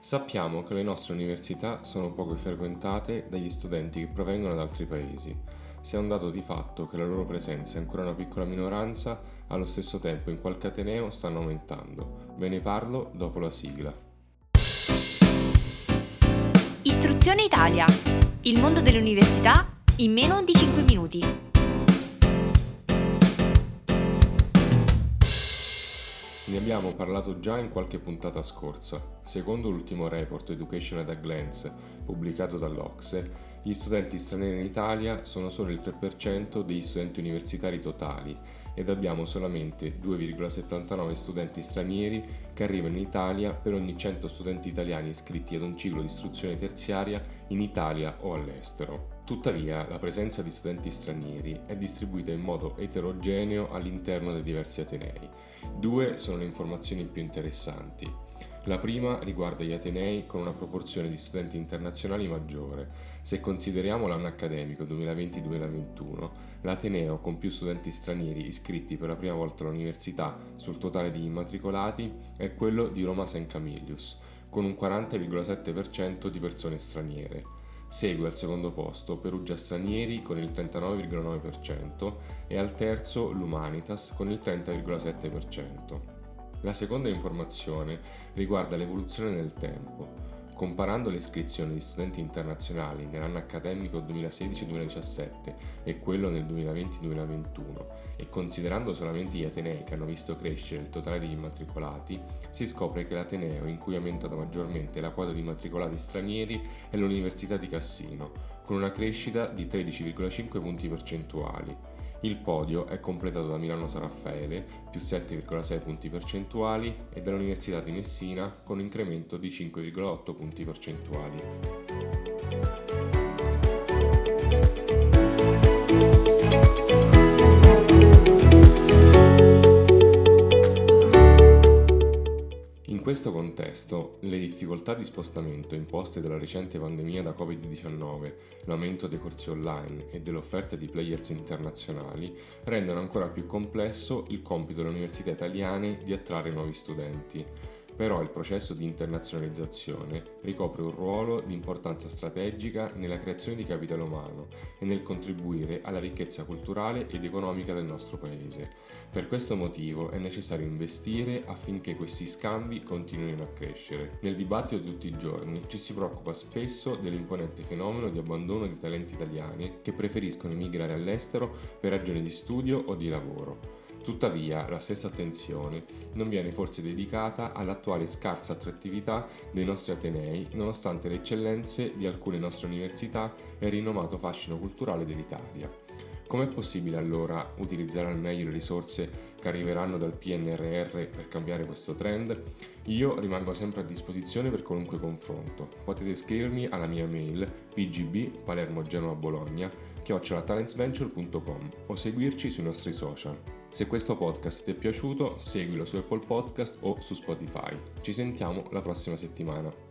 Sappiamo che le nostre università sono poco frequentate dagli studenti che provengono da altri paesi. Sia un dato di fatto che la loro presenza è ancora una piccola minoranza, allo stesso tempo in qualche ateneo stanno aumentando. Ve ne parlo dopo la sigla. Istruzione Italia. Il mondo dell'università in meno di 5 minuti. Ne abbiamo parlato già in qualche puntata scorsa. Secondo l'ultimo report Education at a Glance pubblicato dall'OCSE, gli studenti stranieri in Italia sono solo il 3% degli studenti universitari totali ed abbiamo solamente 2,79 studenti stranieri che arrivano in Italia per ogni 100 studenti italiani iscritti ad un ciclo di istruzione terziaria in Italia o all'estero. Tuttavia, la presenza di studenti stranieri è distribuita in modo eterogeneo all'interno dei diversi atenei. Due sono le informazioni più interessanti. La prima riguarda gli atenei con una proporzione di studenti internazionali maggiore. Se consideriamo l'anno accademico 2020-2021, l'ateneo con più studenti stranieri iscritti per la prima volta all'università sul totale di immatricolati è quello di Roma San Camillus, con un 40,7% di persone straniere. Segue al secondo posto Perugia Stranieri con il 39,9% e al terzo l'Humanitas con il 30,7%. La seconda informazione riguarda l'evoluzione nel tempo. Comparando le iscrizioni di studenti internazionali nell'anno accademico 2016-2017 e quello nel 2020-2021 e considerando solamente gli atenei che hanno visto crescere il totale degli immatricolati, si scopre che l'ateneo in cui è aumentata maggiormente la quota di immatricolati stranieri è l'Università di Cassino, con una crescita di 13,5 punti percentuali. Il podio è completato da Milano San Raffaele, più 7,6 punti percentuali, e dall'Università di Messina, con un incremento di 5,8 punti percentuali. In questo contesto, le difficoltà di spostamento imposte dalla recente pandemia da Covid-19, l'aumento dei corsi online e dell'offerta di players internazionali rendono ancora più complesso il compito delle università italiane di attrarre nuovi studenti. Però il processo di internazionalizzazione ricopre un ruolo di importanza strategica nella creazione di capitale umano e nel contribuire alla ricchezza culturale ed economica del nostro paese. Per questo motivo è necessario investire affinché questi scambi continuino a crescere. Nel dibattito di tutti i giorni ci si preoccupa spesso dell'imponente fenomeno di abbandono di talenti italiani che preferiscono emigrare all'estero per ragioni di studio o di lavoro. Tuttavia, la stessa attenzione non viene forse dedicata all'attuale scarsa attrattività dei nostri atenei, nonostante le eccellenze di alcune nostre università e il rinomato fascino culturale dell'Italia. Com'è possibile allora utilizzare al meglio le risorse che arriveranno dal PNRR per cambiare questo trend? Io rimango sempre a disposizione per qualunque confronto. Potete scrivermi alla mia mail pgb@genoabologna@talentsventure.com o seguirci sui nostri social. Se questo podcast ti è piaciuto, seguilo su Apple Podcast o su Spotify. Ci sentiamo la prossima settimana.